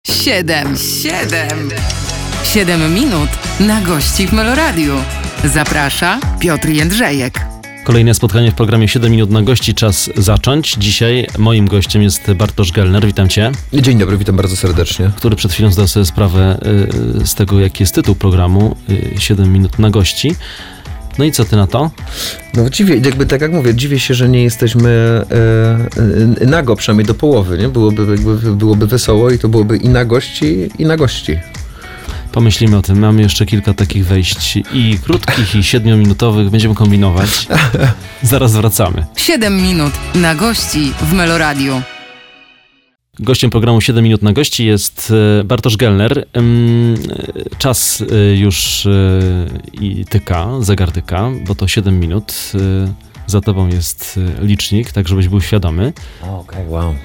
7 minut na gości w Meloradiu. Zaprasza Piotr Jędrzejek. Kolejne spotkanie w programie 7 minut na gości. Czas zacząć. Dzisiaj moim gościem jest Bartosz Gellner. Witam Cię. Dzień dobry, witam bardzo serdecznie. Który przed chwilą zdał sobie sprawę z tego, jaki jest tytuł programu 7 minut na gości. No i co ty na to? No tak jak mówię, dziwię się, że nie jesteśmy nago, przynajmniej do połowy, nie? Byłoby wesoło i to byłoby i na gości, i na gości. Pomyślimy o tym. Mamy jeszcze kilka takich wejść i krótkich, i 7-minutowych. Będziemy kombinować. Zaraz wracamy. 7 minut na gości w Meloradiu. Gościem programu 7 minut na gości jest Bartosz Gellner. Czas już i tyka, zegar tyka, bo to 7 minut. Za tobą jest licznik, tak żebyś był świadomy. Okej, wow.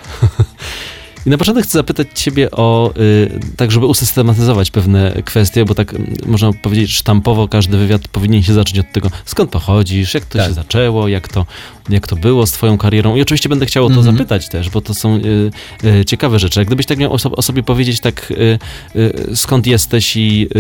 I na początek chcę zapytać Ciebie o, tak żeby usystematyzować pewne kwestie, bo tak można powiedzieć sztampowo każdy wywiad powinien się zacząć od tego, skąd pochodzisz, jak to się zaczęło, jak to było z Twoją karierą. I oczywiście będę chciał o to zapytać też, bo to są ciekawe rzeczy. Jak gdybyś tak miał o sobie powiedzieć tak, skąd jesteś i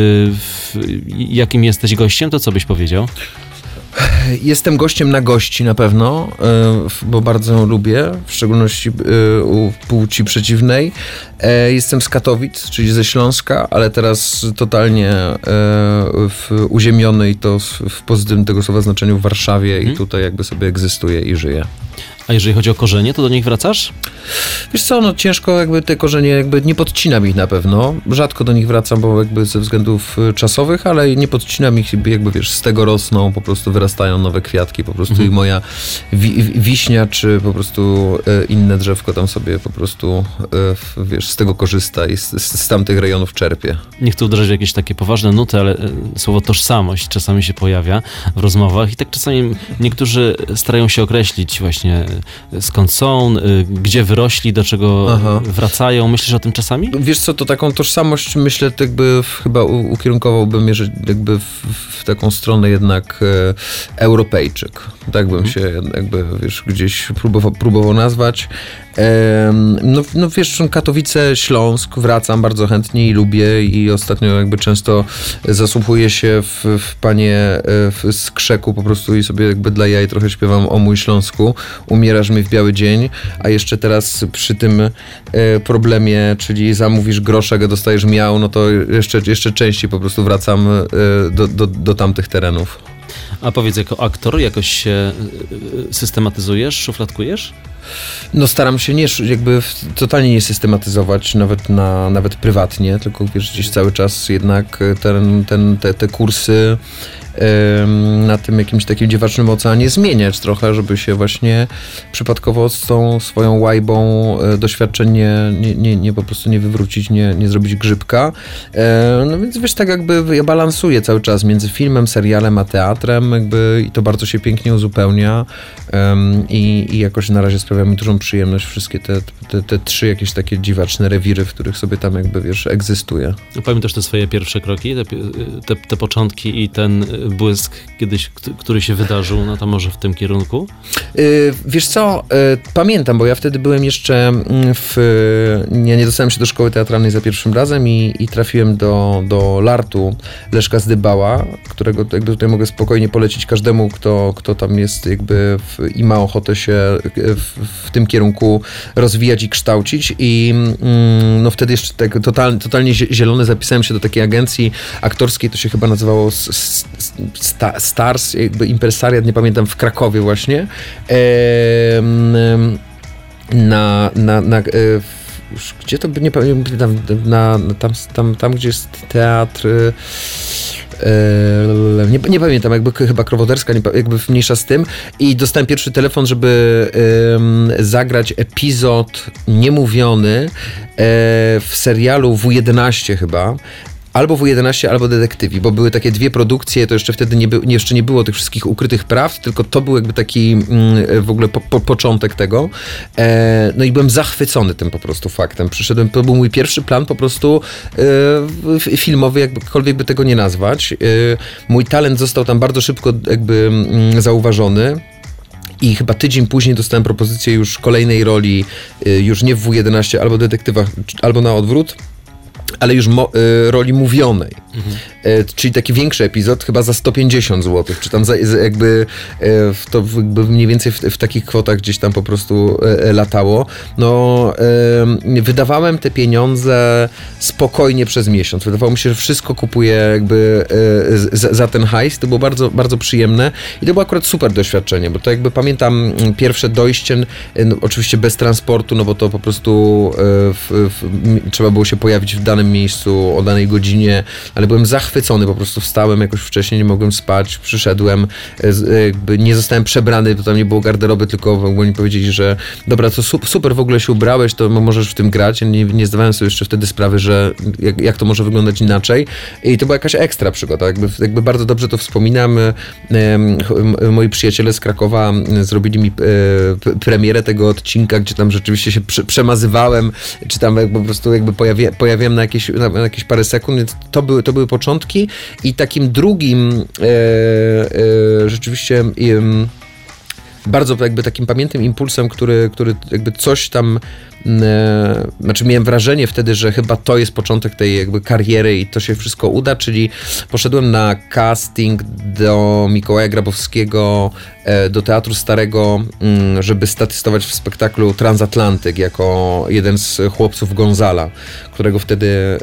jakim jesteś gościem, to co byś powiedział? Jestem gościem na gości na pewno, bo bardzo ją lubię, w szczególności u płci przeciwnej. Jestem z Katowic, czyli ze Śląska, ale teraz totalnie uziemiony i to w pozytywnym tego słowa znaczeniu w Warszawie i tutaj jakby sobie egzystuję i żyję. A jeżeli chodzi o korzenie, to do nich wracasz? Wiesz co, no ciężko jakby te korzenie, jakby nie podcinam ich na pewno. Rzadko do nich wracam, bo jakby ze względów czasowych, ale nie podcinam ich, jakby wiesz, z tego rosną, po prostu wyrastają nowe kwiatki, po prostu i moja wiśnia, czy po prostu inne drzewko tam sobie po prostu, wiesz, z tego korzysta i z tamtych rejonów czerpie. Nie chcę uderzać w jakieś takie poważne nuty, ale słowo tożsamość czasami się pojawia w rozmowach i tak czasami niektórzy starają się określić właśnie skąd są, gdzie wyrośli, do czego wracają. Myślisz o tym czasami? Wiesz co, to taką tożsamość myślę, jakby chyba ukierunkowałbym jakby w taką stronę jednak Europejczyk. Tak bym się jakby, wiesz, gdzieś próbował nazwać. No wiesz, Katowice, Śląsk, wracam bardzo chętnie i lubię i ostatnio jakby często zasłuchuję się w panie z krzeku po prostu i sobie jakby dla jaj trochę śpiewam o mój Śląsku. Umierasz mi w biały dzień, a jeszcze teraz przy tym problemie, czyli zamówisz groszek, a dostajesz miał, no to jeszcze częściej po prostu wracam do tamtych terenów. A powiedz, jako aktor jakoś się systematyzujesz, szufladkujesz? No staram się totalnie nie systematyzować, nawet prywatnie, tylko wiesz, gdzieś cały czas jednak te kursy na tym jakimś takim dziwacznym oceanie zmieniać trochę, żeby się właśnie przypadkowo z tą swoją łajbą doświadczeń nie po prostu nie wywrócić, nie zrobić grzybka. No więc wiesz, tak jakby ja balansuję cały czas między filmem, serialem, a teatrem jakby i to bardzo się pięknie uzupełnia i jakoś na razie sprawia mi dużą przyjemność wszystkie te trzy jakieś takie dziwaczne rewiry, w których sobie tam jakby, wiesz, egzystuję. Pamiętasz te swoje pierwsze kroki, te początki i ten błysk kiedyś, który się wydarzył, no to może w tym kierunku? Wiesz co, pamiętam, bo ja wtedy byłem jeszcze nie dostałem się do szkoły teatralnej za pierwszym razem i trafiłem do Lartu Leszka Zdybała, którego jakby tutaj mogę spokojnie polecić każdemu, kto tam jest jakby i ma ochotę się w tym kierunku rozwijać i kształcić i no wtedy jeszcze tak totalnie zielony zapisałem się do takiej agencji aktorskiej, to się chyba nazywało Stars, jakby impresariat, nie pamiętam, w Krakowie właśnie. Gdzie to by, nie pamiętam, tam gdzie jest teatr, nie pamiętam, jakby chyba Krowoderska, jakby mniejsza z tym i dostałem pierwszy telefon, żeby zagrać epizod niemówiony w serialu W11 chyba. Albo W11, albo Detektywi, bo były takie dwie produkcje, to jeszcze wtedy jeszcze nie było tych wszystkich ukrytych prawd, tylko to był jakby taki w ogóle początek tego. No i byłem zachwycony tym po prostu faktem. Przyszedłem, to był mój pierwszy plan po prostu filmowy, jakkolwiek by tego nie nazwać. Mój talent został tam bardzo szybko jakby zauważony. I chyba tydzień później dostałem propozycję już kolejnej roli, już nie w W11, albo Detektywach, albo na odwrót. ale już roli mówionej. Czyli taki większy epizod, chyba za 150 zł, czy tam jakby to jakby mniej więcej w takich kwotach gdzieś tam po prostu latało. No, wydawałem te pieniądze spokojnie przez miesiąc. Wydawało mi się, że wszystko kupuję jakby za ten hajs. To było bardzo, bardzo przyjemne i to było akurat super doświadczenie, bo to jakby pamiętam pierwsze dojście, no, oczywiście bez transportu, no bo to po prostu trzeba było się pojawić w danym miejscu o danej godzinie, ale byłem zachwycony, po prostu wstałem jakoś wcześniej, nie mogłem spać, przyszedłem, jakby nie zostałem przebrany, to tam nie było garderoby, tylko mogli mi powiedzieć, że dobra, to super w ogóle się ubrałeś, to możesz w tym grać. Ja nie zdawałem sobie jeszcze wtedy sprawy, że jak to może wyglądać inaczej i to była jakaś ekstra przygoda, jakby bardzo dobrze to wspominam. Moi przyjaciele z Krakowa zrobili mi premierę tego odcinka, gdzie tam rzeczywiście się przemazywałem, czy tam po prostu jakby pojawiałem na jakieś parę sekund, więc to były początki i takim drugim rzeczywiście bardzo jakby takim pamiętnym impulsem, który jakby coś tam, znaczy miałem wrażenie wtedy, że chyba to jest początek tej jakby kariery i to się wszystko uda, czyli poszedłem na casting do Mikołaja Grabowskiego, do Teatru Starego, żeby statystować w spektaklu Transatlantyk jako jeden z chłopców Gonzala, którego wtedy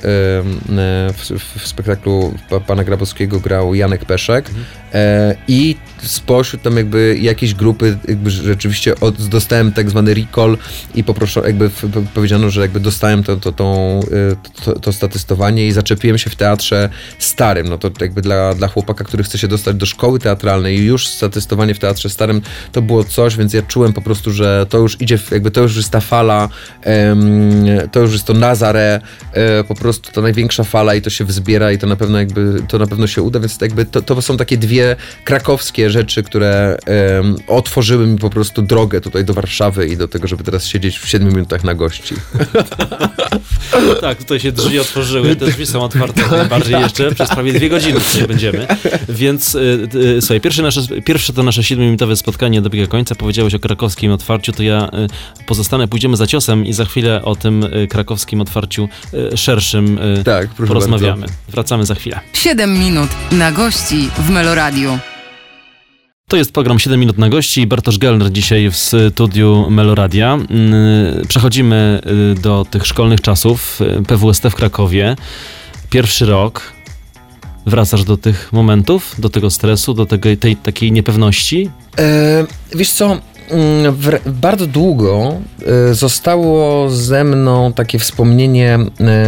w spektaklu pana Grabowskiego grał Janek Peszek i spośród tam jakby jakiejś grupy jakby rzeczywiście dostałem tak zwany recall i powiedziano, że jakby dostałem to statystowanie i zaczepiłem się w Teatrze Starym. No to jakby dla chłopaka, który chce się dostać do szkoły teatralnej i już statystowanie w Teatrze Starym to było coś, więc ja czułem po prostu, że to już idzie, jakby to już jest ta fala, to już jest to Nazare, po prostu ta największa fala i to się wzbiera i to na pewno się uda, więc jakby to są takie dwie krakowskie rzeczy, które otworzyły mi po prostu drogę tutaj do Warszawy i do tego, żeby teraz siedzieć w 7 minutach na gości. Tak, tutaj się drzwi otworzyły, te drzwi są otwarte najbardziej jeszcze, przez prawie 2 godziny tutaj będziemy, więc słuchaj, pierwsze to nasze 7-minutowe spotkanie dobiega końca, powiedziałeś o krakowskim otwarciu, to ja pójdziemy za ciosem i za chwilę o tym krakowskim otwarciu szerszym porozmawiamy. Bardzo. Wracamy za chwilę. 7 minut na gości w Meloradiu. To jest program 7 minut na gości. Bartosz Gellner dzisiaj w studiu Meloradia. Przechodzimy do tych szkolnych czasów. PWST w Krakowie. Pierwszy rok. Wracasz do tych momentów, do tego stresu, do tej takiej niepewności? Wiesz co? Bardzo długo zostało ze mną takie wspomnienie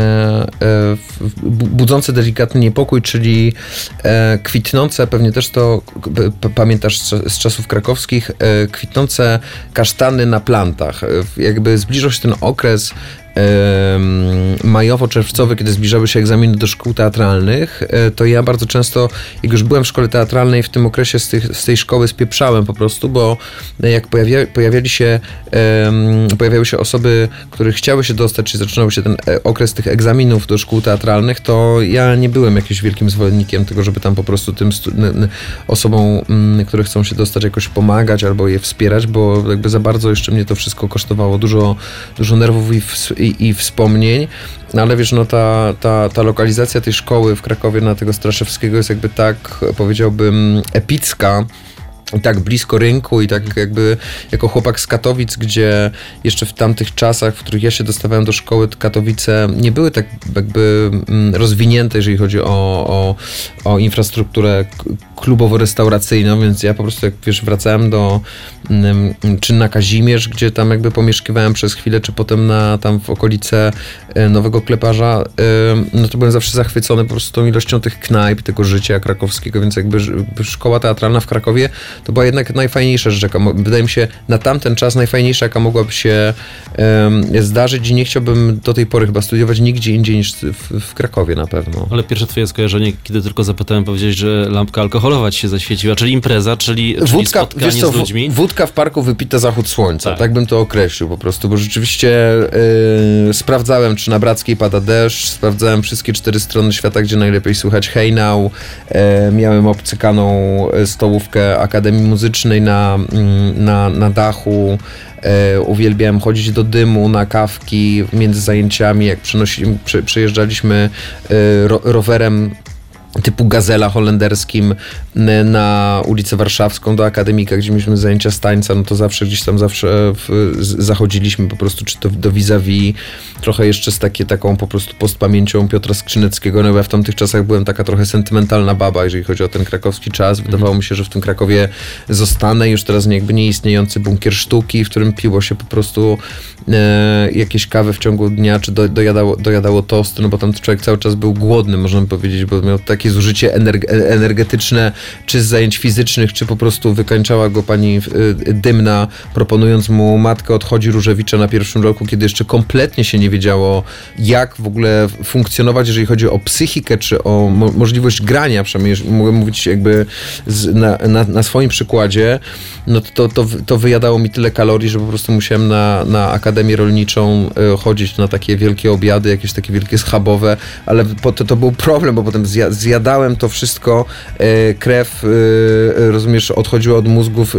budzące delikatny niepokój, czyli kwitnące, pewnie też to pamiętasz z czasów krakowskich, kwitnące kasztany na plantach. Jakby zbliżał się ten okres majowo-czerwcowy, kiedy zbliżały się egzaminy do szkół teatralnych, to ja bardzo często, jak już byłem w szkole teatralnej, w tym okresie z tej szkoły spieprzałem po prostu, bo jak pojawiały się osoby, które chciały się dostać, czy zaczynał się ten okres tych egzaminów do szkół teatralnych, to ja nie byłem jakimś wielkim zwolennikiem tego, żeby tam po prostu tym osobom, które chcą się dostać, jakoś pomagać albo je wspierać, bo jakby za bardzo jeszcze mnie to wszystko kosztowało dużo nerwów i wspomnień, no ale wiesz, no ta lokalizacja tej szkoły w Krakowie na tego Straszewskiego jest jakby tak, powiedziałbym, epicka, i tak blisko rynku i tak jakby jako chłopak z Katowic, gdzie jeszcze w tamtych czasach, w których ja się dostawałem do szkoły, Katowice nie były tak jakby rozwinięte, jeżeli chodzi o infrastrukturę klubowo-restauracyjną, więc ja po prostu, jak wiesz, wracałem czy na Kazimierz, gdzie tam jakby pomieszkiwałem przez chwilę, czy potem tam w okolice Nowego Kleparza, no to byłem zawsze zachwycony po prostu tą ilością tych knajp, tego życia krakowskiego, więc jakby szkoła teatralna w Krakowie to była jednak najfajniejsza rzecz, wydaje mi się, na tamten czas najfajniejsza, jaka mogłaby się zdarzyć i nie chciałbym do tej pory chyba studiować nigdzie indziej niż w Krakowie na pewno. Ale pierwsze twoje skojarzenie, kiedy tylko zapytałem, powiedzieć, że lampka alkoholowa ci się zaświeciła, czyli impreza, czyli spotkanie z ludźmi. Wódka w parku wypita zachód słońca, tak bym to określił po prostu, bo rzeczywiście sprawdzałem, czy na Brackiej pada deszcz, sprawdzałem wszystkie 4 strony świata, gdzie najlepiej słychać Hey Now, miałem obcykaną stołówkę Akademii Akademii Muzycznej na dachu. Uwielbiałem chodzić do dymu, na kawki między zajęciami, jak przejeżdżaliśmy rowerem typu Gazela holenderskim na ulicę Warszawską do Akademika, gdzie mieliśmy zajęcia z tańca, no to zawsze zachodziliśmy po prostu czy to do vis-a-vis, trochę jeszcze z taką po prostu postpamięcią Piotra Skrzyneckiego, no bo ja w tamtych czasach byłem taka trochę sentymentalna baba, jeżeli chodzi o ten krakowski czas. Wydawało mi się, że w tym Krakowie zostanę. Już teraz nieistniejący bunkier sztuki, w którym piło się po prostu jakieś kawy w ciągu dnia, czy dojadało tosty, no bo tam człowiek cały czas był głodny, można by powiedzieć, bo miał takie zużycie energetyczne, czy z zajęć fizycznych, czy po prostu wykańczała go pani Dymna, proponując mu Matkę odchodzi Różewicza na pierwszym roku, kiedy jeszcze kompletnie się nie wiedziało, jak w ogóle funkcjonować, jeżeli chodzi o psychikę, czy o możliwość grania, przynajmniej mogę mówić jakby na swoim przykładzie, no to wyjadało mi tyle kalorii, że po prostu musiałem na Akademię Rolniczą chodzić na takie wielkie obiady, jakieś takie wielkie schabowe, ale to był problem, bo potem zjadałem to wszystko, krew, rozumiesz, odchodziła od mózgów,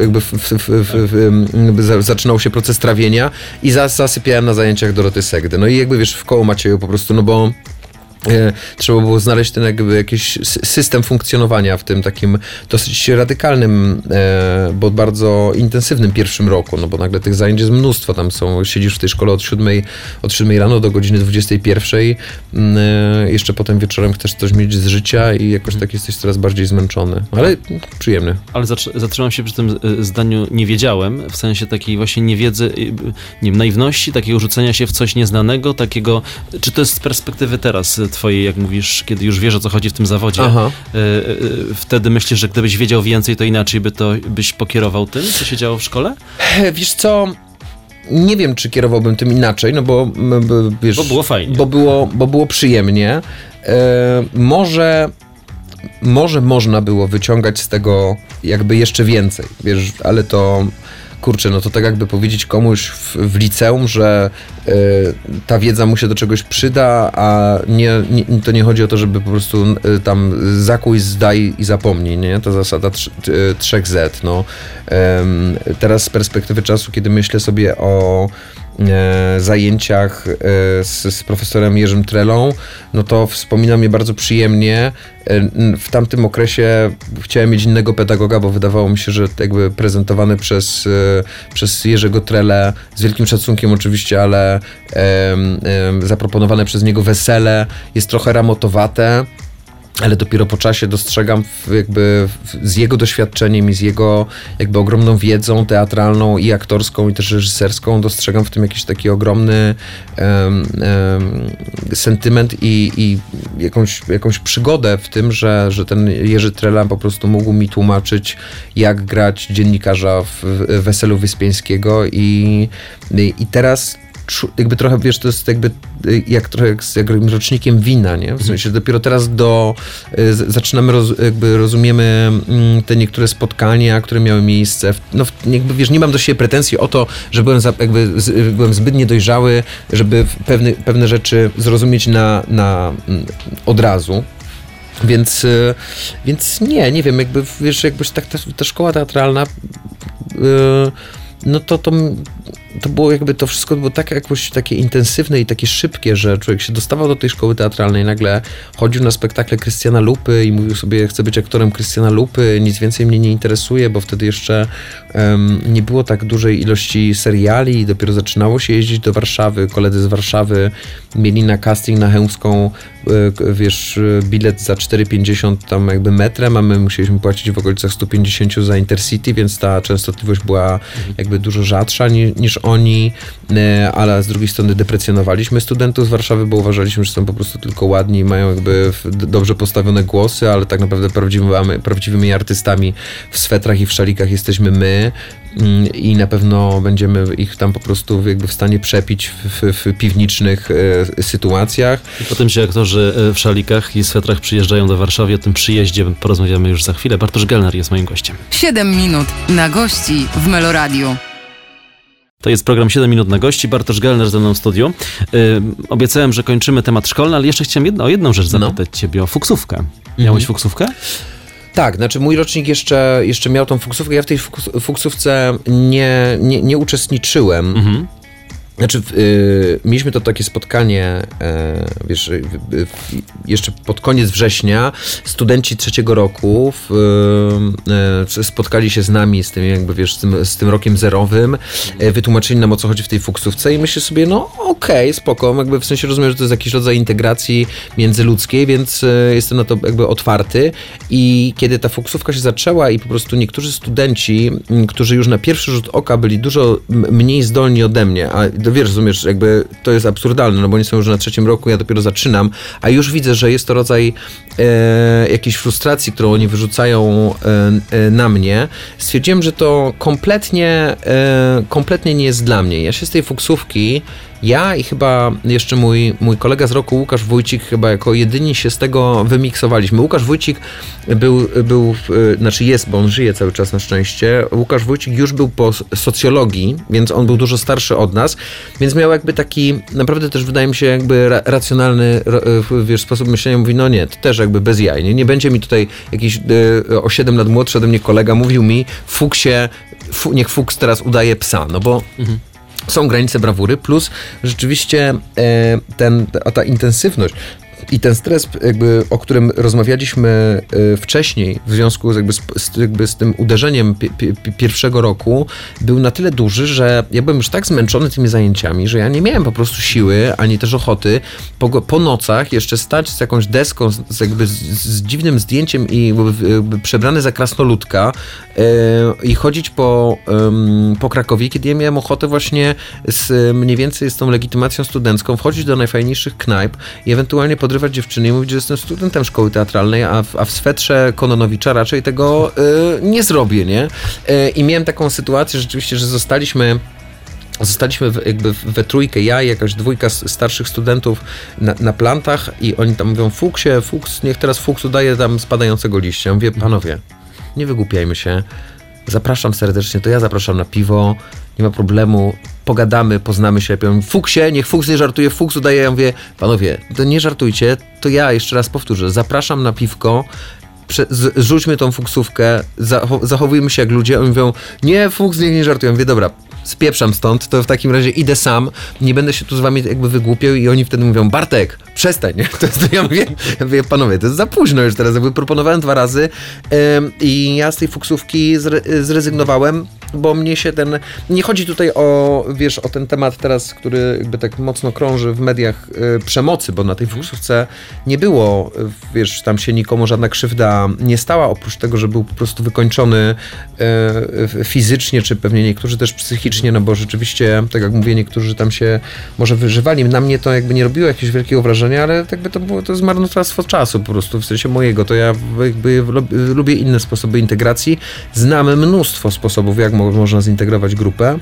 jakby zaczynał się proces trawienia i zasypiałem na zajęciach Doroty Segdy. No i jakby wiesz, w koło Macieju po prostu, no bo trzeba było znaleźć ten jakby jakiś system funkcjonowania w tym takim dosyć radykalnym, bo bardzo intensywnym pierwszym roku, no bo nagle tych zajęć jest mnóstwo, tam siedzisz w tej szkole od 7 rano do godziny 21, jeszcze potem wieczorem chcesz coś mieć z życia i jakoś tak jesteś coraz bardziej zmęczony, ale przyjemny. Ale zatrzymam się przy tym zdaniu nie wiedziałem, w sensie takiej właśnie niewiedzy, nie wiem, naiwności, takiego rzucenia się w coś nieznanego, takiego, czy to jest z perspektywy teraz twojej, jak mówisz, kiedy już wiesz, o co chodzi w tym zawodzie, wtedy myślisz, że gdybyś wiedział więcej, to inaczej byś pokierował tym, co się działo w szkole? Wiesz co, nie wiem, czy kierowałbym tym inaczej, no bo wiesz... Bo było fajnie. Bo było przyjemnie. Może można było wyciągać z tego jakby jeszcze więcej, wiesz, ale to... Kurczę, no to tak jakby powiedzieć komuś w liceum, że ta wiedza mu się do czegoś przyda, a to nie chodzi o to, żeby po prostu tam zakuj, zdaj i zapomnij, nie? To zasada 3Z, no. Teraz z perspektywy czasu, kiedy myślę sobie o zajęciach z profesorem Jerzym Trelą, no to wspominam je bardzo przyjemnie. W tamtym okresie chciałem mieć innego pedagoga, bo wydawało mi się, że jakby prezentowane przez Jerzego Trelę, z wielkim szacunkiem oczywiście, ale zaproponowane przez niego wesele jest trochę ramotowate. Ale dopiero po czasie dostrzegam z jego doświadczeniem i z jego jakby ogromną wiedzą teatralną i aktorską i też reżyserską, dostrzegam w tym jakiś taki ogromny sentyment i jakąś przygodę w tym, że ten Jerzy Trela po prostu mógł mi tłumaczyć, jak grać dziennikarza w Weselu Wyspiańskiego i teraz jakby trochę, wiesz, to jest jakby jak rocznikiem wina, nie? W sensie dopiero teraz zaczynamy, rozumiemy te niektóre spotkania, które miały miejsce. Jakby, wiesz, nie mam do siebie pretensji o to, że byłem zbyt niedojrzały, żeby pewne rzeczy zrozumieć od razu. Więc nie wiem, jakby, wiesz, jakbyś tak ta szkoła teatralna, no to było jakby, to wszystko było jakoś takie intensywne i takie szybkie, że człowiek się dostawał do tej szkoły teatralnej, nagle chodził na spektakle Krystiana Lupy i mówił sobie, chcę być aktorem Krystiana Lupy, nic więcej mnie nie interesuje, bo wtedy jeszcze nie było tak dużej ilości seriali i dopiero zaczynało się jeździć do Warszawy. Koledzy z Warszawy mieli na casting na Chełmską, wiesz, bilet za 4,50 tam jakby metrem, a my musieliśmy płacić w okolicach 150 za Intercity, więc ta częstotliwość była jakby dużo rzadsza niż oni, ale z drugiej strony deprecjonowaliśmy studentów z Warszawy, bo uważaliśmy, że są po prostu tylko ładni, mają jakby dobrze postawione głosy, ale tak naprawdę prawdziwymi artystami w swetrach i w szalikach jesteśmy my i na pewno będziemy ich tam po prostu jakby w stanie przepić w piwniczych sytuacjach. I potem ci aktorzy w szalikach i swetrach przyjeżdżają do Warszawy, o tym przyjeździe porozmawiamy już za chwilę. Bartosz Gelner jest moim gościem. 7 minut na gości w Meloradiu. To jest program 7 minut na gości. Bartosz Gelner ze mną w studiu. Obiecałem, że kończymy temat szkolny, ale jeszcze chciałem o jedną rzecz zapytać ciebie, o fuksówkę. Miałeś fuksówkę? Tak, znaczy mój rocznik jeszcze miał tą fuksówkę, ja w tej fuksówce nie uczestniczyłem. Znaczy, mieliśmy to takie spotkanie, wiesz, jeszcze pod koniec września studenci 3. roku spotkali się z nami z tym, jakby, wiesz, z tym rokiem zerowym, wytłumaczyli nam, o co chodzi w tej fuksówce i myślę sobie, no okej, spoko, jakby w sensie rozumiem, że to jest jakiś rodzaj integracji międzyludzkiej, więc jestem na to jakby otwarty i kiedy ta fuksówka się zaczęła i po prostu niektórzy studenci, którzy już na pierwszy rzut oka byli dużo mniej zdolni ode mnie, a wiesz, rozumiesz, jakby to jest absurdalne, no bo oni są już na 3. roku, ja dopiero zaczynam, a już widzę, że jest to rodzaj jakiejś frustracji, którą oni wyrzucają na mnie. Stwierdziłem, że to kompletnie nie jest dla mnie. Ja się z tej fuksówki, ja i chyba jeszcze mój kolega z roku, Łukasz Wójcik, chyba jako jedyni się z tego wymiksowaliśmy. Łukasz Wójcik znaczy jest, bo on żyje cały czas na szczęście. Łukasz Wójcik już był po socjologii, więc on był dużo starszy od nas, więc miał jakby taki, naprawdę też wydaje mi się jakby racjonalny, wiesz, sposób myślenia. Mówi, no nie, to też jakby bez jaj. Nie będzie mi tutaj jakiś o 7 lat młodszy ode mnie kolega mówił mi, niech fuks teraz udaje psa, no bo są granice brawury, plus rzeczywiście ta intensywność i ten stres, jakby, o którym rozmawialiśmy wcześniej w związku z tym uderzeniem pierwszego roku, był na tyle duży, że ja byłem już tak zmęczony tymi zajęciami, że ja nie miałem po prostu siły, ani też ochoty po nocach jeszcze stać z jakąś deską, z dziwnym zdjęciem i przebrany za krasnoludka i chodzić po Krakowie, kiedy ja miałem ochotę właśnie mniej więcej z tą legitymacją studencką wchodzić do najfajniejszych knajp i ewentualnie podrywać dziewczyny i mówić, że jestem studentem szkoły teatralnej, a w swetrze Kononowicza raczej tego nie zrobię, nie? I miałem taką sytuację rzeczywiście, że zostaliśmy jakby we trójkę, ja i jakaś 2 starszych studentów na plantach i oni tam mówią, niech teraz Fuks udaje tam spadającego liścia. Ja mówię, panowie, nie wygłupiajmy się, zapraszam serdecznie, to ja zapraszam na piwo, nie ma problemu, pogadamy, poznamy się, ja mówię, Fuksie, niech Fuks nie żartuje, Fuks udaje, ja mówię, panowie, to nie żartujcie, to ja jeszcze raz powtórzę, zapraszam na piwko, zrzućmy tą fuksówkę, zachowujmy się jak ludzie, oni mówią, nie, Fuks niech nie żartuje, ja mówię, dobra, spieprzam stąd, to w takim razie idę sam, nie będę się tu z wami jakby wygłupiał i oni wtedy mówią, Bartek, przestań, nie? Ja mówię, panowie, to jest za późno już teraz, jakby proponowałem 2 razy i ja z tej fuksówki zrezygnowałem, bo mnie się nie chodzi tutaj o ten temat teraz, który jakby tak mocno krąży w mediach przemocy, bo na tej fuksówce nie było, tam się nikomu żadna krzywda nie stała, oprócz tego, że był po prostu wykończony fizycznie, czy pewnie niektórzy też psychicznie, no bo rzeczywiście, tak jak mówię, niektórzy tam się może wyżywali. Na mnie to jakby nie robiło jakiegoś wielkiego wrażenia, ale jakby to jest marnotrawstwo czasu po prostu, w sensie mojego. To ja jakby lubię inne sposoby integracji. Znamy mnóstwo sposobów, jak można zintegrować grupę.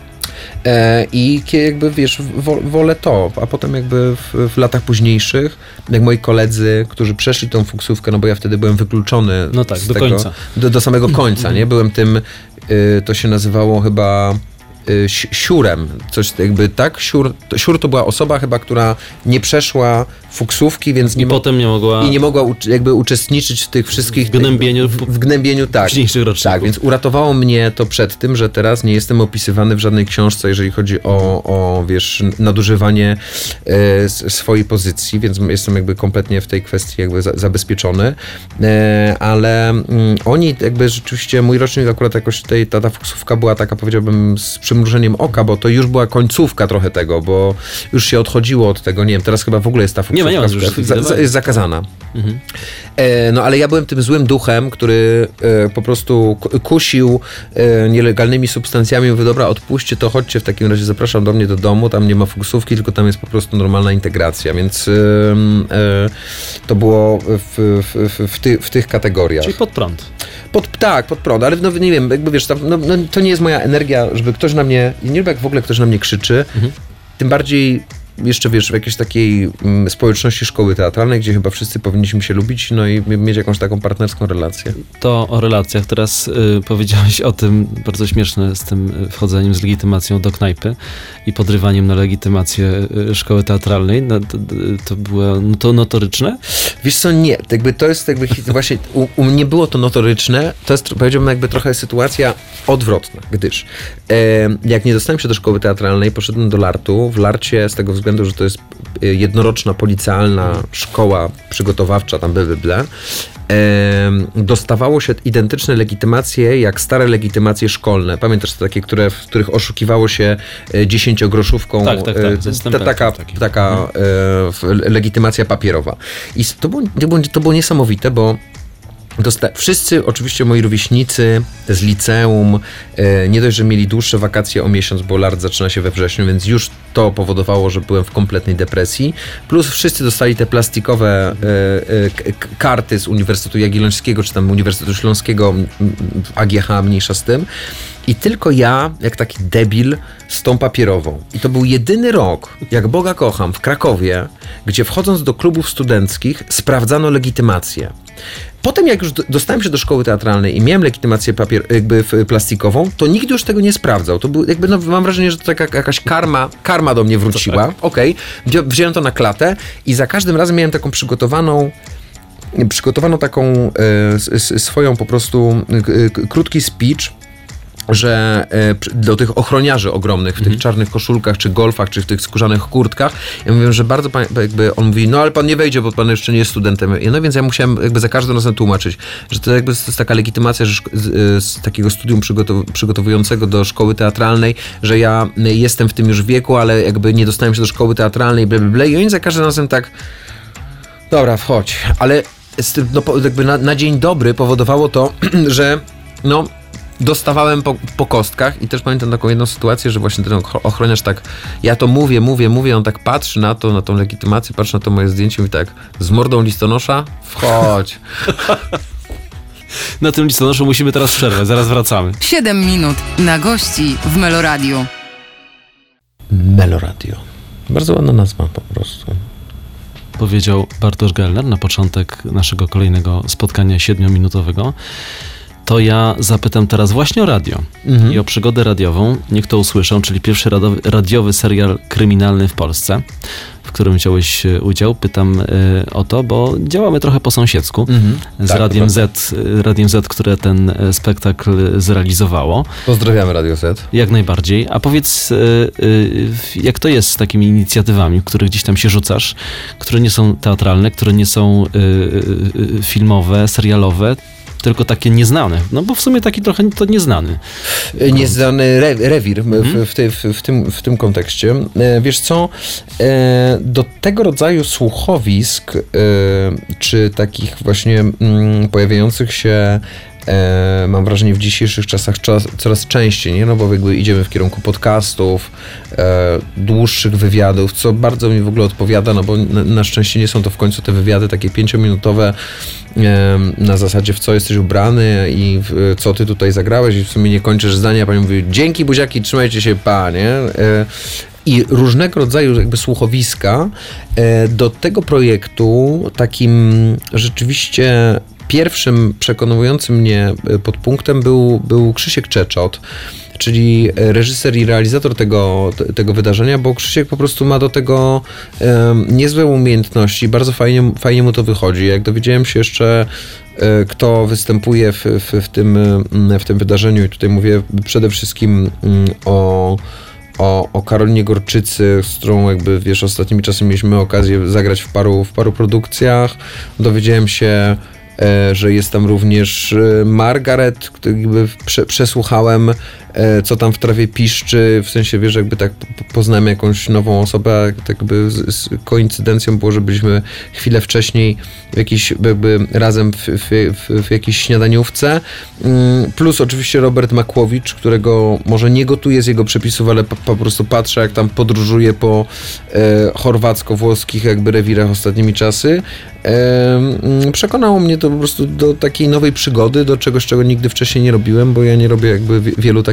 I jakby, wolę to, a potem jakby w latach późniejszych, jak moi koledzy, którzy przeszli tą fuksówkę, no bo ja wtedy byłem wykluczony do końca. Do samego końca, nie? Byłem tym, to się nazywało chyba siurem, coś jakby, tak? Siur to była osoba chyba, która nie przeszła fuksówki, więc nie mogła jakby uczestniczyć w tych wszystkich... W gnębieniu, tak. Późniejszych roczników. Tak, więc uratowało mnie to przed tym, że teraz nie jestem opisywany w żadnej książce, jeżeli chodzi o nadużywanie swojej pozycji, więc jestem jakby kompletnie w tej kwestii jakby zabezpieczony, ale oni jakby rzeczywiście, mój rocznik akurat jakoś ta fuksówka była taka, powiedziałbym, z przymrużeniem oka, bo to już była końcówka trochę tego, bo już się odchodziło od tego, nie wiem, teraz chyba w ogóle jest ta fuksówka jest zakazana. No ale ja byłem tym złym duchem, który po prostu kusił nielegalnymi substancjami, mówię, dobra, odpuśćcie to, chodźcie w takim razie, zapraszam do mnie do domu, tam nie ma fuksówki, tylko tam jest po prostu normalna integracja, więc to było w tych kategoriach. Czyli pod prąd. Pod prąd, ale nie wiem, jakby to nie jest moja energia, żeby ktoś na mnie, nie lubię jak w ogóle ktoś na mnie krzyczy, tym bardziej jeszcze wiesz, w jakiejś takiej społeczności szkoły teatralnej, gdzie chyba wszyscy powinniśmy się lubić, no i mieć jakąś taką partnerską relację. To o relacjach. Teraz powiedziałeś o tym, bardzo śmieszne, z tym wchodzeniem z legitymacją do knajpy i podrywaniem na legitymację szkoły teatralnej. No, to było to notoryczne? Wiesz co, nie. To jest właśnie, u mnie było to notoryczne. To jest, powiedziałbym, jakby trochę sytuacja odwrotna, gdyż jak nie dostałem się do szkoły teatralnej, poszedłem do Lartu. W Larcie z tego względu, że to jest jednoroczna, policjalna szkoła przygotowawcza, tam dostawało się identyczne legitymacje jak stare legitymacje szkolne. Pamiętasz te takie, w których oszukiwało się 10-groszówką? Taka legitymacja papierowa. I to było niesamowite, bo wszyscy, oczywiście moi rówieśnicy z liceum, nie dość, że mieli dłuższe wakacje o miesiąc, bo Lart zaczyna się we wrześniu, więc już to powodowało, że byłem w kompletnej depresji. Plus wszyscy dostali te plastikowe karty z Uniwersytetu Jagiellońskiego, czy tam Uniwersytetu Śląskiego, AGH, mniejsza z tym. I tylko ja, jak taki debil, z tą papierową. I to był jedyny rok, jak Boga kocham, w Krakowie, gdzie wchodząc do klubów studenckich sprawdzano legitymację. Potem jak już dostałem się do szkoły teatralnej i miałem legitymację plastikową, to nikt już tego nie sprawdzał. To był mam wrażenie, że to taka jakaś karma do mnie wróciła. Tak. Okej. Wziąłem to na klatę i za każdym razem miałem taką przygotowaną taką swoją po prostu krótki speech, że do tych ochroniarzy ogromnych w tych czarnych koszulkach, czy golfach, czy w tych skórzanych kurtkach, ja mówię, że bardzo on mówi, no ale pan nie wejdzie, bo pan jeszcze nie jest studentem. No więc ja musiałem za każdym razem tłumaczyć, że to jest taka legitymacja, że z takiego studium przygotowującego do szkoły teatralnej, że ja jestem w tym już wieku, ale jakby nie dostałem się do szkoły teatralnej, blablabla. I oni za każdym razem tak, dobra, wchodź. Ale jakby na dzień dobry powodowało to, że dostawałem po kostkach i też pamiętam taką jedną sytuację, że właśnie ten ochroniarz tak, ja to mówię, on tak patrzy na tą legitymację, patrzy na to moje zdjęcie i mówi tak, z mordą listonosza, wchodź. Na tym listonoszu musimy teraz przerwać, zaraz wracamy. 7 minut na gości w Meloradiu. Meloradio. Bardzo ładna nazwa po prostu. Powiedział Bartosz Gellner na początek naszego kolejnego spotkania 7-minutowego. To ja zapytam teraz właśnie o radio i o przygodę radiową. Niech to usłyszą, czyli pierwszy radiowy serial kryminalny w Polsce, w którym wziąłeś udział. Pytam o to, bo działamy trochę po sąsiedzku z Radiem Z, które ten spektakl zrealizowało. Pozdrawiamy Radio Z. Jak najbardziej. A powiedz, jak to jest z takimi inicjatywami, w których gdzieś tam się rzucasz, które nie są teatralne, które nie są filmowe, serialowe, tylko takie nieznane. No bo w sumie taki trochę to nieznany. Nieznany rewir w tym kontekście. Wiesz co, do tego rodzaju słuchowisk, czy takich właśnie pojawiających się mam wrażenie w dzisiejszych czasach coraz częściej, nie? No bo jakby idziemy w kierunku podcastów, dłuższych wywiadów, co bardzo mi w ogóle odpowiada, no bo na szczęście nie są to w końcu te wywiady takie 5-minutowe na zasadzie w co jesteś ubrany i co ty tutaj zagrałeś i w sumie nie kończysz zdania, pani mówi dzięki buziaki, trzymajcie się nie? I różnego rodzaju jakby słuchowiska. Do tego projektu takim rzeczywiście pierwszym przekonującym mnie podpunktem był Krzysiek Czeczot, czyli reżyser i realizator tego wydarzenia, bo Krzysiek po prostu ma do tego niezłe umiejętności, bardzo fajnie mu to wychodzi. Jak dowiedziałem się jeszcze, kto występuje w tym wydarzeniu, i tutaj mówię przede wszystkim o Karolinie Gorczycy, z którą jakby, wiesz, ostatnimi czasy mieliśmy okazję zagrać w paru produkcjach. Dowiedziałem się, że jest tam również Margaret, jakby przesłuchałem, co tam w trawie piszczy, w sensie, wiesz, jakby tak poznałem jakąś nową osobę, tak jakby z koincydencją było, że byliśmy chwilę wcześniej jakby razem w jakiejś śniadaniówce, plus oczywiście Robert Makłowicz, którego może nie gotuję z jego przepisów, ale po prostu patrzę, jak tam podróżuje po chorwacko-włoskich jakby rewirach ostatnimi czasy. Przekonało mnie to po prostu do takiej nowej przygody, do czegoś, czego nigdy wcześniej nie robiłem, bo ja nie robię jakby wielu takich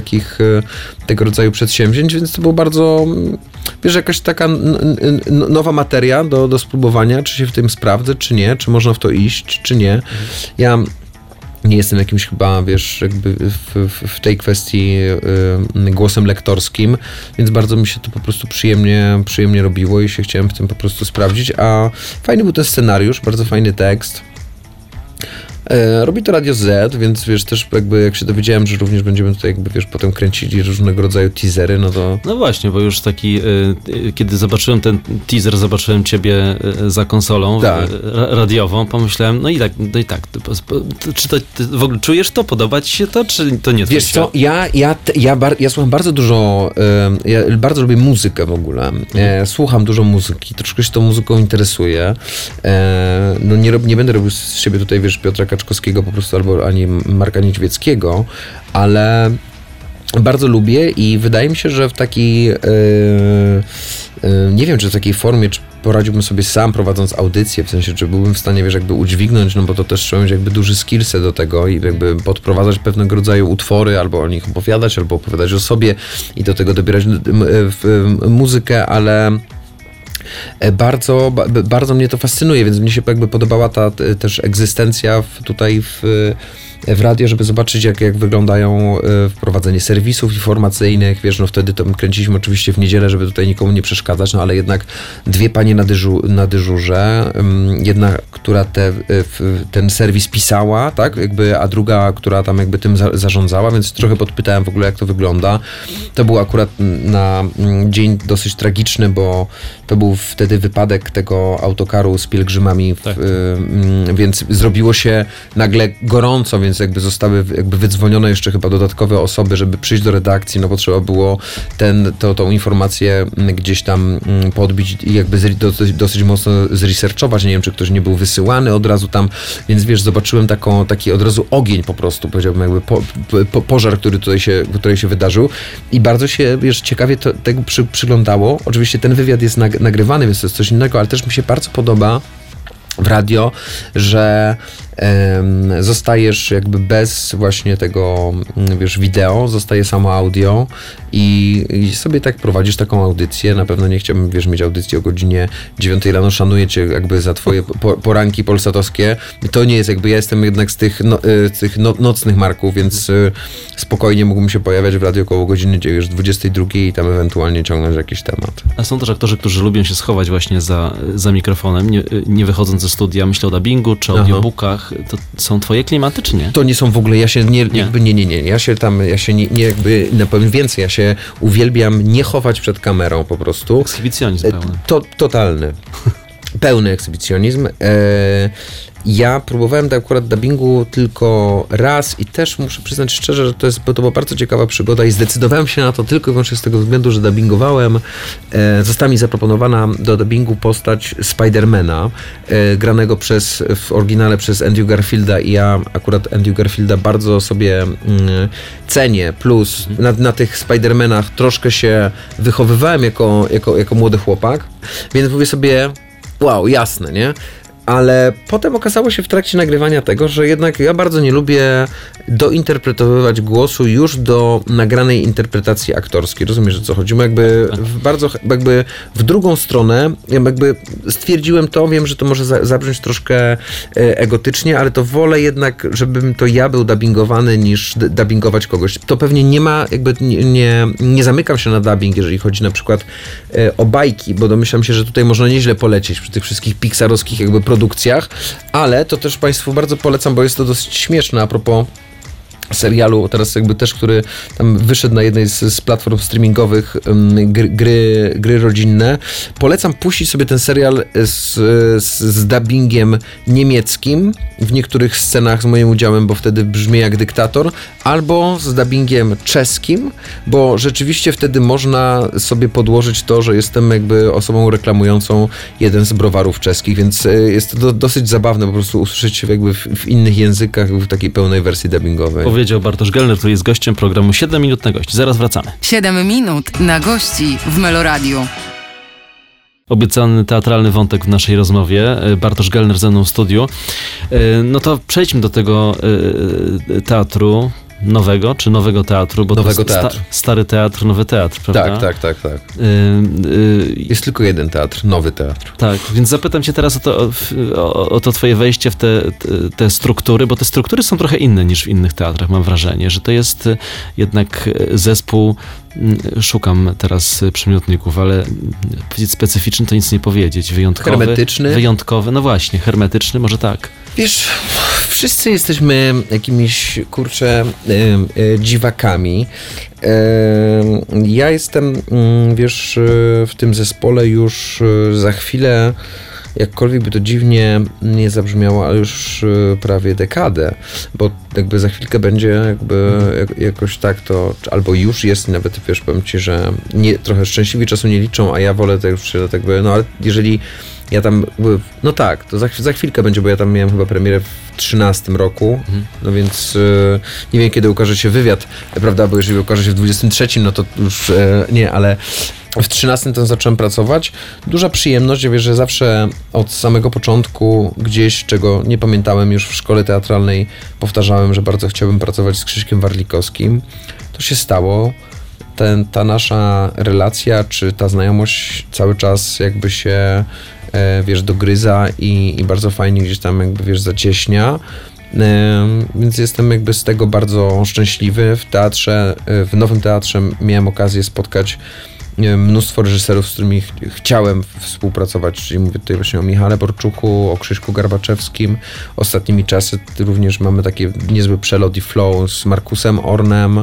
takich tego rodzaju przedsięwzięć, więc to było bardzo, wiesz, jakaś taka nowa materia do spróbowania, czy się w tym sprawdzę, czy nie, czy można w to iść, czy nie. Ja nie jestem jakimś chyba, wiesz, jakby w tej kwestii głosem lektorskim, więc bardzo mi się to po prostu przyjemnie robiło i się chciałem w tym po prostu sprawdzić, a fajny był ten scenariusz, bardzo fajny tekst. Robi to Radio Z, więc wiesz, też jakby jak się dowiedziałem, że również będziemy tutaj jakby, wiesz, potem kręcili różnego rodzaju teasery, no to... No właśnie, bo już taki, kiedy zobaczyłem ten teaser, zobaczyłem ciebie za konsolą radiową, pomyślałem, no i tak, czy to w ogóle czujesz to? Podoba ci się to, czy to nie? Wiesz co, ja słucham bardzo dużo, ja bardzo lubię muzykę w ogóle, słucham dużo muzyki, troszkę się tą muzyką interesuję, no nie będę robił z siebie tutaj, wiesz, Piotra Kaczkowskiego po prostu, albo ani Marka Niedźwieckiego, ale bardzo lubię i wydaje mi się, że w takiej nie wiem, czy w takiej formie, czy poradziłbym sobie sam prowadząc audycję, w sensie, czy byłbym w stanie, wiesz, jakby udźwignąć, no bo to też trzeba mieć jakby duży skillset do tego i jakby podprowadzać pewnego rodzaju utwory, albo o nich opowiadać, albo opowiadać o sobie i do tego dobierać muzykę, ale bardzo mnie to fascynuje, więc mnie się jakby podobała ta też egzystencja tutaj w radio, żeby zobaczyć, jak wyglądają wprowadzenie serwisów informacyjnych, wiesz, no wtedy to kręciliśmy oczywiście w niedzielę, żeby tutaj nikomu nie przeszkadzać, no ale jednak dwie panie na dyżurze, jedna, która ten serwis pisała, tak, jakby, a druga, która tam jakby tym zarządzała, więc trochę podpytałem w ogóle, jak to wygląda. To był akurat na dzień dosyć tragiczny, bo to był wtedy wypadek tego autokaru z pielgrzymami, tak. Więc zrobiło się nagle gorąco, więc jakby zostały jakby wydzwonione jeszcze chyba dodatkowe osoby, żeby przyjść do redakcji, no bo trzeba było tą informację gdzieś tam podbić i jakby dosyć mocno zresearchować. Nie wiem, czy ktoś nie był wysyłany od razu tam, więc wiesz, zobaczyłem taki od razu ogień po prostu, powiedziałbym, jakby pożar, który się wydarzył i bardzo się, wiesz, ciekawie tego przyglądało. Oczywiście ten wywiad jest nagrywany, więc to jest coś innego, ale też mi się bardzo podoba w radio, że zostajesz jakby bez właśnie tego, wiesz, wideo, zostaje samo audio i sobie tak prowadzisz taką audycję. Na pewno nie chciałbym, wiesz, mieć audycję o godzinie 9 rano. Szanuję cię jakby za twoje poranki polsatowskie. To nie jest jakby, ja jestem jednak z tych nocnych marków, więc spokojnie mógłbym się pojawiać w radiu około godziny 22 i tam ewentualnie ciągnąć jakiś temat. A są też aktorzy, którzy lubią się schować właśnie za mikrofonem, nie wychodząc ze studia. Myślę o dubbingu czy audiobookach. To są twoje klimaty, czy nie? To nie są w ogóle, ja się nie. Ja się nie jakby, powiem więcej, ja się uwielbiam nie chować przed kamerą po prostu. Ekshibicjonizm pełny. Totalny. Pełny ekshibicjonizm. Ja próbowałem akurat dubbingu tylko raz i też muszę przyznać szczerze, że to była bardzo ciekawa przygoda i zdecydowałem się na to tylko i wyłącznie z tego względu, że dubbingowałem. Została mi zaproponowana do dubbingu postać Spidermana, granego w oryginale przez Andrew Garfielda i ja akurat Andrew Garfielda bardzo sobie cenię, plus na tych Spidermanach troszkę się wychowywałem jako młody chłopak, więc mówię sobie, wow, jasne, nie? Ale potem okazało się w trakcie nagrywania tego, że jednak ja bardzo nie lubię dointerpretowywać głosu już do nagranej interpretacji aktorskiej. Rozumiesz, o co chodzi? Jakby w drugą stronę, jakby stwierdziłem to, wiem, że to może zabrzmieć troszkę egotycznie, ale to wolę jednak, żebym to ja był dubbingowany, niż dubbingować kogoś. To pewnie nie ma, jakby nie zamykam się na dubbing, jeżeli chodzi na przykład o bajki, bo domyślam się, że tutaj można nieźle polecieć przy tych wszystkich pixarowskich jakby produkcjach, ale to też Państwu bardzo polecam, bo jest to dosyć śmieszne a propos serialu, teraz jakby też, który tam wyszedł na jednej z platform streamingowych, gry rodzinne. Polecam puścić sobie ten serial z dubbingiem niemieckim, w niektórych scenach z moim udziałem, bo wtedy brzmi jak dyktator, albo z dubbingiem czeskim, bo rzeczywiście wtedy można sobie podłożyć to, że jestem jakby osobą reklamującą jeden z browarów czeskich, więc jest to dosyć zabawne po prostu usłyszeć jakby w innych językach, w takiej pełnej wersji dubbingowej. Powiedział Bartosz Gelner, który jest gościem programu 7 minut na gości. Zaraz wracamy. 7 minut na gości w Meloradiu. Obiecany teatralny wątek w naszej rozmowie. Bartosz Gelner ze mną w studiu. No to przejdźmy do tego teatru. nowego, czy nowego teatru? Bo Nowego to teatru. Stary teatr, nowy teatr, prawda? Tak. Jest tylko jeden teatr, nowy teatr. Tak, więc zapytam cię teraz o to twoje wejście w te struktury, bo te struktury są trochę inne niż w innych teatrach, mam wrażenie, że to jest jednak zespół, szukam teraz przymiotników, ale powiedzieć specyficzny to nic nie powiedzieć, wyjątkowy. Hermetyczny? Wyjątkowy, no właśnie, hermetyczny, może tak. Wiesz, wszyscy jesteśmy jakimiś, dziwakami. Ja jestem, wiesz, w tym zespole już za chwilę, jakkolwiek by to dziwnie nie zabrzmiało, ale już prawie dekadę, bo jakby za chwilkę będzie jakby jakoś tak to, albo już jest, nawet wiesz, powiem ci, że trochę szczęśliwi czasu nie liczą, a ja wolę tak już jakby, no ale jeżeli ja tam, no tak, to za chwilkę będzie, bo ja tam miałem chyba premierę w 2013 roku, no więc nie wiem, kiedy ukaże się wywiad, prawda, bo jeżeli ukaże się w 23, no to już nie, ale w 13 to zacząłem pracować. Duża przyjemność, ja wiesz, że zawsze od samego początku gdzieś, czego nie pamiętałem już w szkole teatralnej, powtarzałem, że bardzo chciałbym pracować z Krzyśkiem Warlikowskim. To się stało. Ta nasza relacja, czy ta znajomość cały czas jakby się, wiesz, dogryza i bardzo fajnie gdzieś tam jakby, wiesz, zacieśnia. Więc jestem jakby z tego bardzo szczęśliwy. W teatrze, w Nowym Teatrze miałem okazję spotkać mnóstwo reżyserów, z którymi chciałem współpracować, czyli mówię tutaj właśnie o Michale Borczuchu, o Krzyśku Garbaczewskim. Ostatnimi czasy również mamy takie niezły przelot i flow z Markusem Ornem.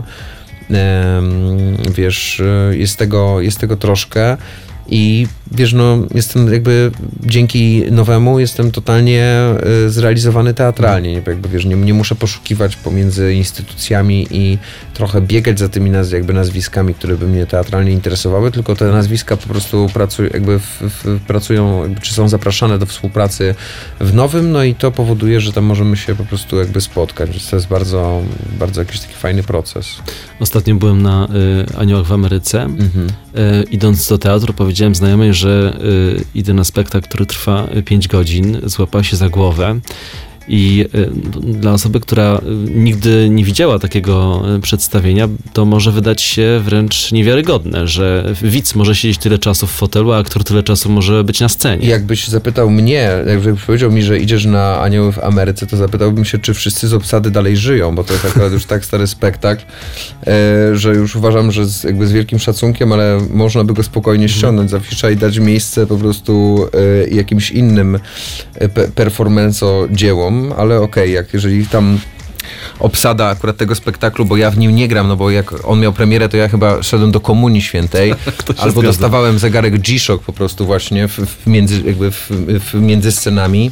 Wiesz, jest tego troszkę i wiesz, no jestem jakby dzięki Nowemu jestem totalnie zrealizowany teatralnie, jakby wiesz, nie muszę poszukiwać pomiędzy instytucjami i trochę biegać za tymi nazwiskami, które by mnie teatralnie interesowały, tylko te nazwiska po prostu pracują, jakby, czy są zapraszane do współpracy w Nowym, no i to powoduje, że tam możemy się po prostu jakby spotkać, że to jest bardzo, bardzo jakiś taki fajny proces. Ostatnio byłem na Aniołach w Ameryce. Idąc do teatru powiedziałem znajomej, że idę na spektakl, który trwa 5 godzin, złapała się za głowę i dla osoby, która nigdy nie widziała takiego przedstawienia, to może wydać się wręcz niewiarygodne, że widz może siedzieć tyle czasu w fotelu, a aktor tyle czasu może być na scenie. Jakbyś zapytał mnie, jakbyś powiedział mi, że idziesz na Anioły w Ameryce, to zapytałbym się, czy wszyscy z obsady dalej żyją, bo to jest akurat już tak stary spektakl, że już uważam, że z wielkim szacunkiem, ale można by go spokojnie ściągnąć z afisza i dać miejsce po prostu jakimś innym performanco-dziełom, ale okej, jeżeli tam obsada akurat tego spektaklu, bo ja w nim nie gram, no bo jak on miał premierę, to ja chyba szedłem do Komunii Świętej, albo dostawałem zegarek G-Shock po prostu właśnie między scenami.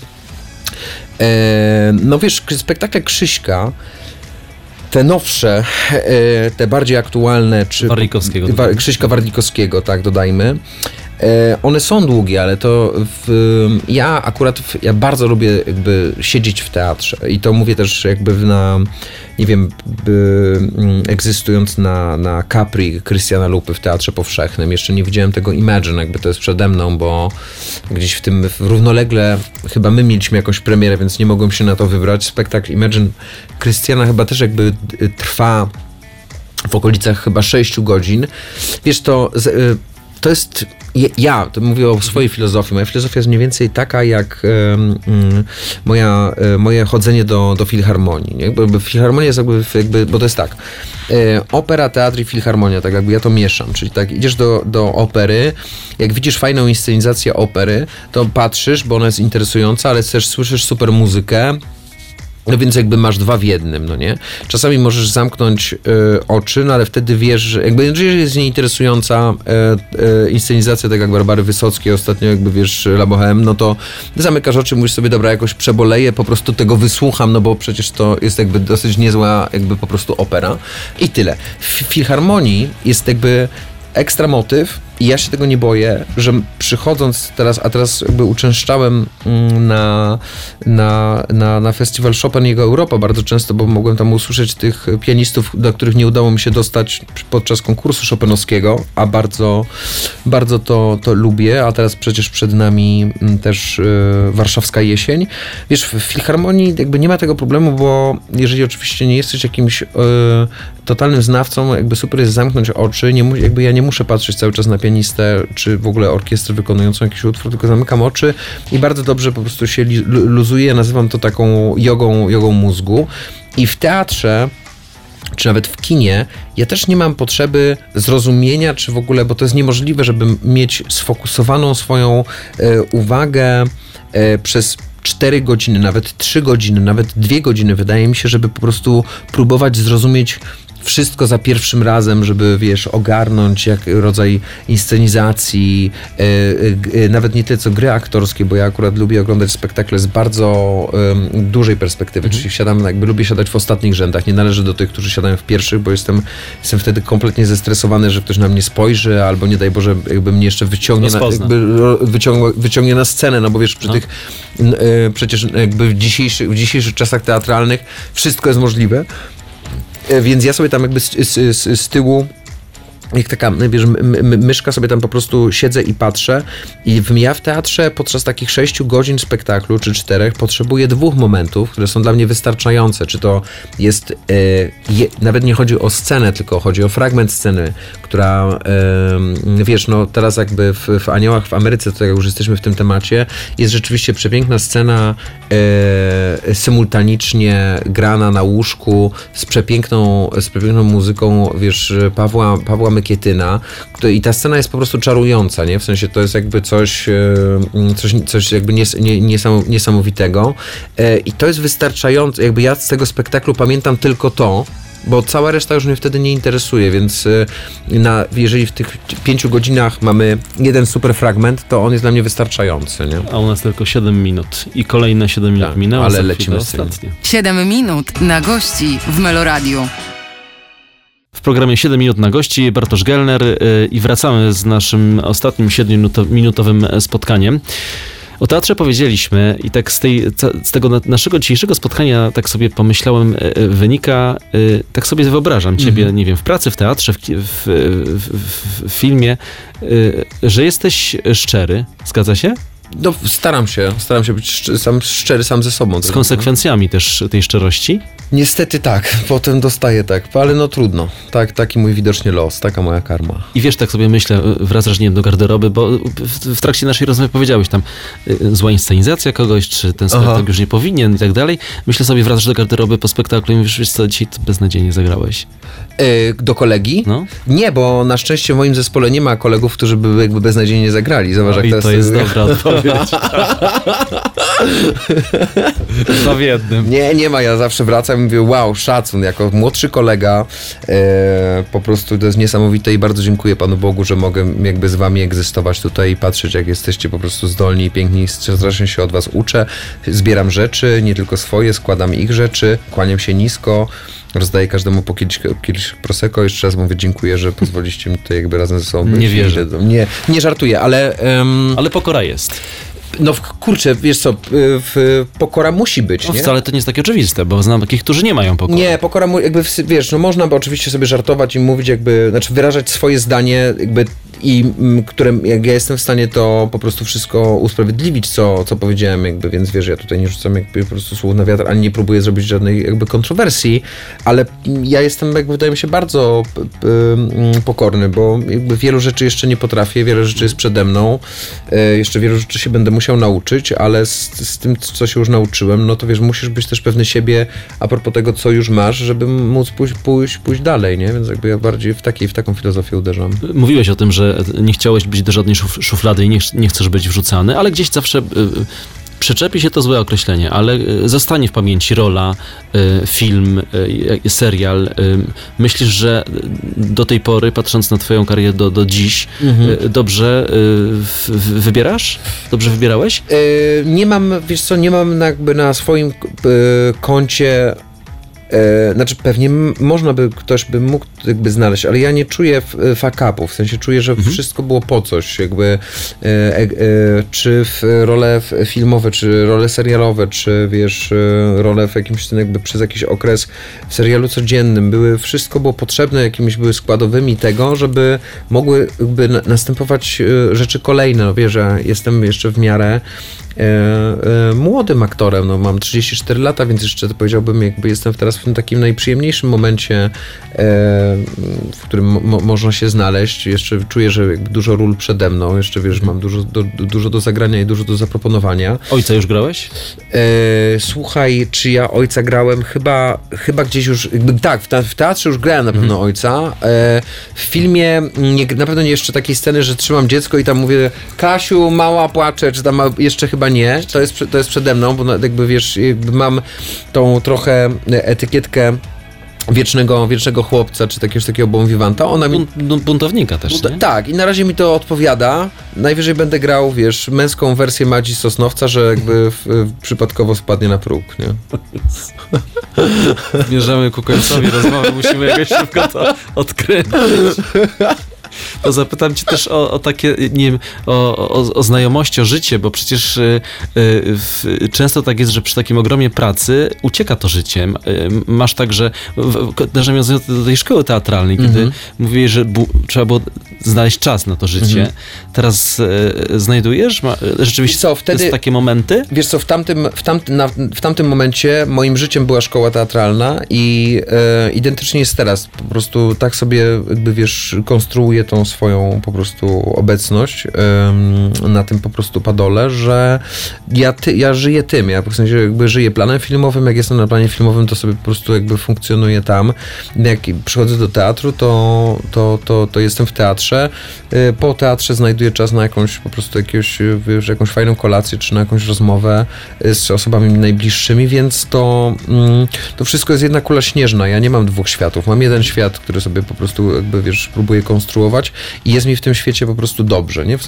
No wiesz, spektakle Krzyśka, te nowsze, te bardziej aktualne, czy Krzyśka Warlikowskiego, tak, dodajmy, one są długie, ale to ja bardzo lubię jakby siedzieć w teatrze i to mówię też jakby nie wiem, egzystując na Capri Krystiana Lupy w Teatrze Powszechnym. Jeszcze nie widziałem tego Imagine, jakby to jest przede mną, bo gdzieś w tym równolegle chyba my mieliśmy jakąś premierę, więc nie mogłem się na to wybrać. Spektakl Imagine Krystiana chyba też jakby trwa w okolicach chyba 6 godzin. Wiesz, to jest, ja to mówię o swojej filozofii. Moja filozofia jest mniej więcej taka jak moje chodzenie do filharmonii. Nie? Bo filharmonia jest jakby, bo to jest tak, opera, teatr i filharmonia, tak jakby ja to mieszam, czyli tak idziesz do opery, jak widzisz fajną inscenizację opery, to patrzysz, bo ona jest interesująca, ale też słyszysz super muzykę. No więc jakby masz dwa w jednym, no nie? Czasami możesz zamknąć oczy, no ale wtedy wiesz, że jakby jeżeli jest nieinteresująca inscenizacja, tak jak Barbary Wysockiej ostatnio, jakby wiesz, La Bohème, no to zamykasz oczy, mówisz sobie, dobra, jakoś przeboleję, po prostu tego wysłucham, no bo przecież to jest jakby dosyć niezła jakby po prostu opera i tyle. W filharmonii jest jakby ekstra motyw, I ja się tego nie boję, że przychodząc teraz, a teraz jakby uczęszczałem na festiwal Chopin i jego Europa bardzo często, bo mogłem tam usłyszeć tych pianistów, do których nie udało mi się dostać podczas konkursu chopinowskiego, a bardzo, bardzo to lubię, a teraz przecież przed nami też warszawska jesień. Wiesz, w filharmonii jakby nie ma tego problemu, bo jeżeli oczywiście nie jesteś jakimś totalnym znawcą, jakby super jest zamknąć oczy, jakby ja nie muszę patrzeć cały czas na pianistę, czy w ogóle orkiestrę wykonującą jakiś utwór, tylko zamykam oczy i bardzo dobrze po prostu się luzuję, nazywam to taką jogą mózgu. I w teatrze, czy nawet w kinie, ja też nie mam potrzeby zrozumienia, czy w ogóle, bo to jest niemożliwe, żeby mieć sfokusowaną swoją uwagę przez 4 godziny, nawet 3 godziny, nawet 2 godziny, wydaje mi się, żeby po prostu próbować zrozumieć wszystko za pierwszym razem, żeby, wiesz, ogarnąć jak rodzaj inscenizacji, nawet nie tyle co gry aktorskie, bo ja akurat lubię oglądać spektakle z bardzo dużej perspektywy, czyli lubię siadać w ostatnich rzędach, nie należy do tych, którzy siadają w pierwszych, bo jestem wtedy kompletnie zestresowany, że ktoś na mnie spojrzy, albo nie daj Boże, jakby mnie jeszcze wyciągnie na scenę, no bo wiesz, przy tych przecież jakby w dzisiejszych czasach teatralnych wszystko jest możliwe. Więc ja sobie tam jakby z tyłu, jak taka, wiesz, myszka, sobie tam po prostu siedzę i patrzę i ja w teatrze podczas takich 6 godzin spektaklu, czy 4, potrzebuję 2 momentów, które są dla mnie wystarczające. Czy to jest, nawet nie chodzi o scenę, tylko chodzi o fragment sceny, która, wiesz, no teraz jakby w Aniołach w Ameryce, to jak już jesteśmy w tym temacie, jest rzeczywiście przepiękna scena symultanicznie grana na łóżku z przepiękną muzyką, wiesz, Pawła Mykietyna, i ta scena jest po prostu czarująca, nie? W sensie to jest jakby coś jakby niesamowitego i to jest wystarczające, jakby ja z tego spektaklu pamiętam tylko to, bo cała reszta już mnie wtedy nie interesuje, więc jeżeli w tych 5 godzinach mamy jeden super fragment, to on jest dla mnie wystarczający, nie? A u nas tylko 7 minut i kolejne 7 minut minęło, ale lecimy ostatnie. 7 minut na gości w Meloradiu. W programie 7 minut na gości Bartosz Gellner i wracamy z naszym ostatnim 7-minutowym spotkaniem. O teatrze powiedzieliśmy i tak z tego naszego dzisiejszego spotkania tak sobie pomyślałem, wynika, tak sobie wyobrażam ciebie, nie wiem, w pracy, w teatrze, w filmie, że jesteś szczery. Zgadza się? No, staram się być szczery sam ze sobą. Z konsekwencjami też tej szczerości? Niestety tak, potem dostaję tak, ale no trudno. Taki mój widocznie los, taka moja karma. I wiesz, tak sobie myślę, wracasz, nie wiem, do garderoby, bo w trakcie naszej rozmowy powiedziałeś tam zła inscenizacja kogoś, czy ten spektakl już nie powinien i tak dalej. Myślę sobie, wracasz do garderoby po spektaklu i mówisz, wiesz co, dzisiaj beznadziejnie zagrałeś. Do kolegi? No. Nie, bo na szczęście w moim zespole nie ma kolegów, którzy by jakby beznadziejnie zagrali. Zobacz, jak to jest dobra odpowiedź. Dwa w jednym. Nie ma, ja zawsze wracam i mówię, wow, szacun, jako młodszy kolega, po prostu to jest niesamowite i bardzo dziękuję Panu Bogu, że mogę jakby z Wami egzystować tutaj i patrzeć, jak jesteście po prostu zdolni i piękni, strasznie się od Was uczę, zbieram rzeczy, nie tylko swoje, składam ich rzeczy, kłaniam się nisko, rozdaję każdemu po kieliszek Prosecco. Jeszcze raz mówię dziękuję, że pozwoliście mi tutaj jakby razem ze sobą być. Nie wierzę. Nie żartuję, ale... Ale pokora jest. No kurczę, wiesz co, pokora musi być, nie? Wcale to nie jest takie oczywiste, bo znam takich, którzy nie mają pokory. Nie, pokora, jakby, wiesz, no można by oczywiście sobie żartować i mówić jakby, znaczy wyrażać swoje zdanie jakby i jak ja jestem w stanie to po prostu wszystko usprawiedliwić, co powiedziałem jakby, więc wiesz, ja tutaj nie rzucam jakby po prostu słów na wiatr, ani nie próbuję zrobić żadnej jakby kontrowersji, ale ja jestem jakby, wydaje mi się, bardzo pokorny, bo jakby wielu rzeczy jeszcze nie potrafię, wiele rzeczy jest przede mną, jeszcze wielu rzeczy się będę musiał nauczyć, ale z tym, co się już nauczyłem, no to wiesz, musisz być też pewny siebie a propos tego, co już masz, żeby móc pójść dalej, nie? Więc jakby ja bardziej w taką filozofię uderzam. Mówiłeś o tym, że nie chciałeś być do żadnej szuflady i nie chcesz być wrzucany, ale gdzieś zawsze przyczepi się to złe określenie, ale zostanie w pamięci rola, film, serial. Myślisz, że do tej pory, patrząc na twoją karierę do dziś, dobrze wybierasz? Dobrze wybierałeś? Nie mam, wiesz co, nie mam jakby na swoim koncie Znaczy pewnie można by, ktoś by mógł jakby znaleźć, ale ja nie czuję fuck-upów, w sensie czuję, że wszystko było po coś, jakby czy w role filmowe, czy role serialowe, czy wiesz, role w jakimś jakby przez jakiś okres w serialu codziennym, wszystko było potrzebne, jakimiś były składowymi tego, żeby mogły jakby następować rzeczy kolejne, no wiesz, że jestem jeszcze w miarę młodym aktorem, no mam 34 lata, więc jeszcze powiedziałbym, jakby jestem teraz w tym takim najprzyjemniejszym momencie, w którym można się znaleźć. Jeszcze czuję, że jakby dużo ról przede mną, jeszcze wiesz, mam dużo do zagrania i dużo do zaproponowania. Ojca już grałeś? Słuchaj, czy ja ojca grałem? Chyba gdzieś już, jakby, tak, w teatrze już grałem na pewno ojca. W filmie na pewno nie jeszcze takiej sceny, że trzymam dziecko i tam mówię, Kasiu, mała płacze, czy tam jeszcze chyba nie. To jest przede mną, bo jakby wiesz, jakby mam tą trochę etykietkę wiecznego chłopca, czy takiego bon vivanta. Ona mi... Buntownika też, nie? Tak, i na razie mi to odpowiada. Najwyżej będę grał, wiesz, męską wersję Madzi Sosnowca, że jakby przypadkowo spadnie na próg, nie? Zmierzamy ku końcowi rozmowy, musimy jakoś szybko to odkręcić. To zapytam cię też o takie, nie wiem, o znajomości, o życie, bo przecież często tak jest, że przy takim ogromie pracy ucieka to życiem. Masz tak, że nawiązując do tej szkoły teatralnej, kiedy mówiłeś, że trzeba było znaleźć czas na to życie. Teraz znajdujesz? Rzeczywiście co, wtedy, jest takie momenty? Wiesz co, w tamtym momencie moim życiem była szkoła teatralna i identycznie jest teraz. Po prostu tak sobie, jakby wiesz, konstruuję tą swoją po prostu obecność na tym po prostu padole, że ja żyję tym, ja w sensie jakby żyję planem filmowym, jak jestem na planie filmowym, to sobie po prostu jakby funkcjonuję tam. Jak przychodzę do teatru, to jestem w teatrze. Po teatrze znajduję czas na jakąś po prostu jakąś fajną kolację, czy na jakąś rozmowę z osobami najbliższymi, więc to wszystko jest jedna kula śnieżna. Ja nie mam dwóch światów. Mam jeden świat, który sobie po prostu jakby wiesz, próbuję konstruować i jest mi w tym świecie po prostu dobrze, nie?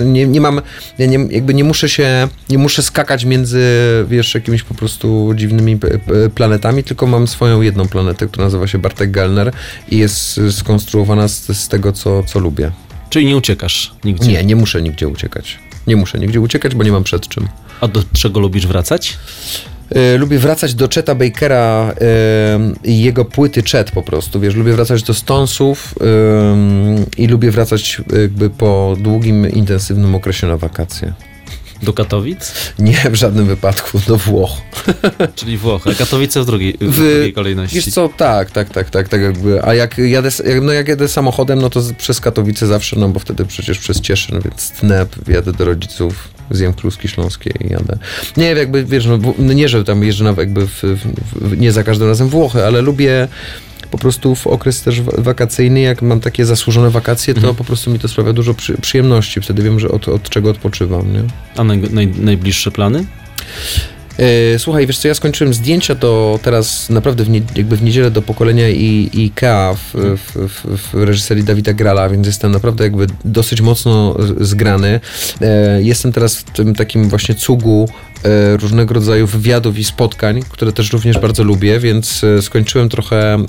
Nie muszę skakać między, wiesz, jakimiś po prostu dziwnymi planetami, tylko mam swoją jedną planetę, która nazywa się Bartek Gellner i jest skonstruowana z tego, co lubię. Czyli nie uciekasz nigdzie? Nie muszę nigdzie uciekać. Nie muszę nigdzie uciekać, bo nie mam przed czym. A do czego lubisz wracać? Lubię wracać do Chet'a Bakera i jego płyty Chet po prostu, wiesz, lubię wracać do Stonesów i lubię wracać jakby po długim, intensywnym okresie na wakacje. Do Katowic? Nie, w żadnym wypadku, do Włoch. Czyli Włochy, a Katowice w drugiej kolejności. Wiesz co, tak jakby, a jak jadę samochodem, no to przez Katowice zawsze, no bo wtedy przecież przez Cieszyn, więc tnę, jadę do rodziców, zjem kluski śląskie i jadę. Nie, jakby, wiesz, no nie, że tam jeżdżę jakby nie za każdym razem Włochy, ale lubię po prostu w okres też wakacyjny, jak mam takie zasłużone wakacje, to po prostu mi to sprawia dużo przyjemności. Wtedy wiem, że od czego odpoczywam, nie? A najbliższe plany? Słuchaj, wiesz co, ja skończyłem zdjęcia, to teraz naprawdę w niedzielę do pokolenia IKEA w reżyserii Dawida Grala, więc jestem naprawdę jakby dosyć mocno zgrany. Jestem teraz w tym takim właśnie cugu różnego rodzaju wywiadów i spotkań, które też również bardzo lubię, więc skończyłem trochę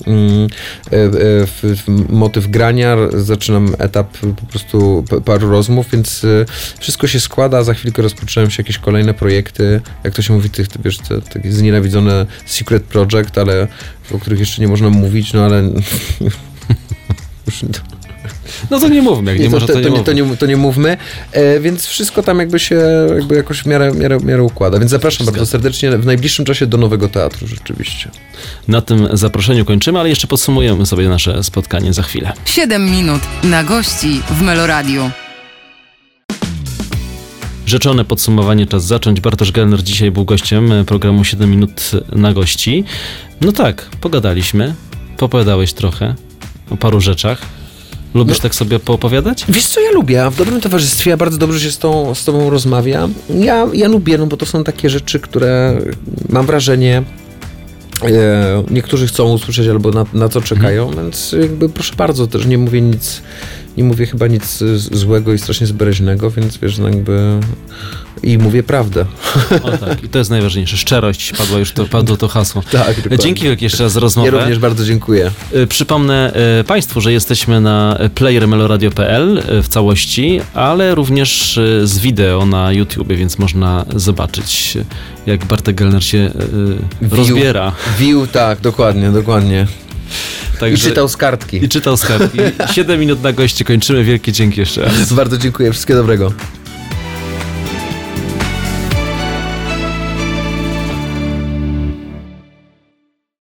motyw grania, zaczynam etap po prostu paru rozmów, więc wszystko się składa, za chwilkę rozpoczynają się jakieś kolejne projekty, jak to się mówi, wiesz, takie znienawidzone secret project, ale o których jeszcze nie można mówić, no ale no to nie mówmy, jak nie może, to nie mówmy, więc wszystko tam jakby się jakoś w miarę układa, więc zapraszam bardzo serdecznie w najbliższym czasie do Nowego Teatru rzeczywiście. Na tym zaproszeniu kończymy, ale jeszcze podsumujemy sobie nasze spotkanie za chwilę. 7 minut na gości w Meloradiu. Rzeczone podsumowanie, czas zacząć. Bartosz Gellner dzisiaj był gościem programu 7 minut na gości. No tak, pogadaliśmy, popowiadałeś trochę o paru rzeczach. Lubisz tak sobie poopowiadać? Wiesz co, ja lubię, a w dobrym towarzystwie ja bardzo dobrze się z tobą rozmawiam. Ja lubię, no bo to są takie rzeczy, które mam wrażenie niektórzy chcą usłyszeć albo na co czekają, więc jakby proszę bardzo, też nie mówię nic nie mówię chyba nic złego i strasznie zbereźnego, więc wiesz, no jakby i mówię prawdę. O tak, i to jest najważniejsze. Szczerość, padło to hasło. Tak, dokładnie. Dzięki wielkie jeszcze raz za rozmowę. Ja również bardzo dziękuję. Przypomnę Państwu, że jesteśmy na playermeloradio.pl w całości, ale również z wideo na YouTubie, więc można zobaczyć, jak Bartek Gellner się rozbiera. Tak, dokładnie. Także... I czytał z kartki. 7 minut na goście kończymy. Wielkie dzięki jeszcze raz. Bardzo dziękuję. Wszystkiego dobrego.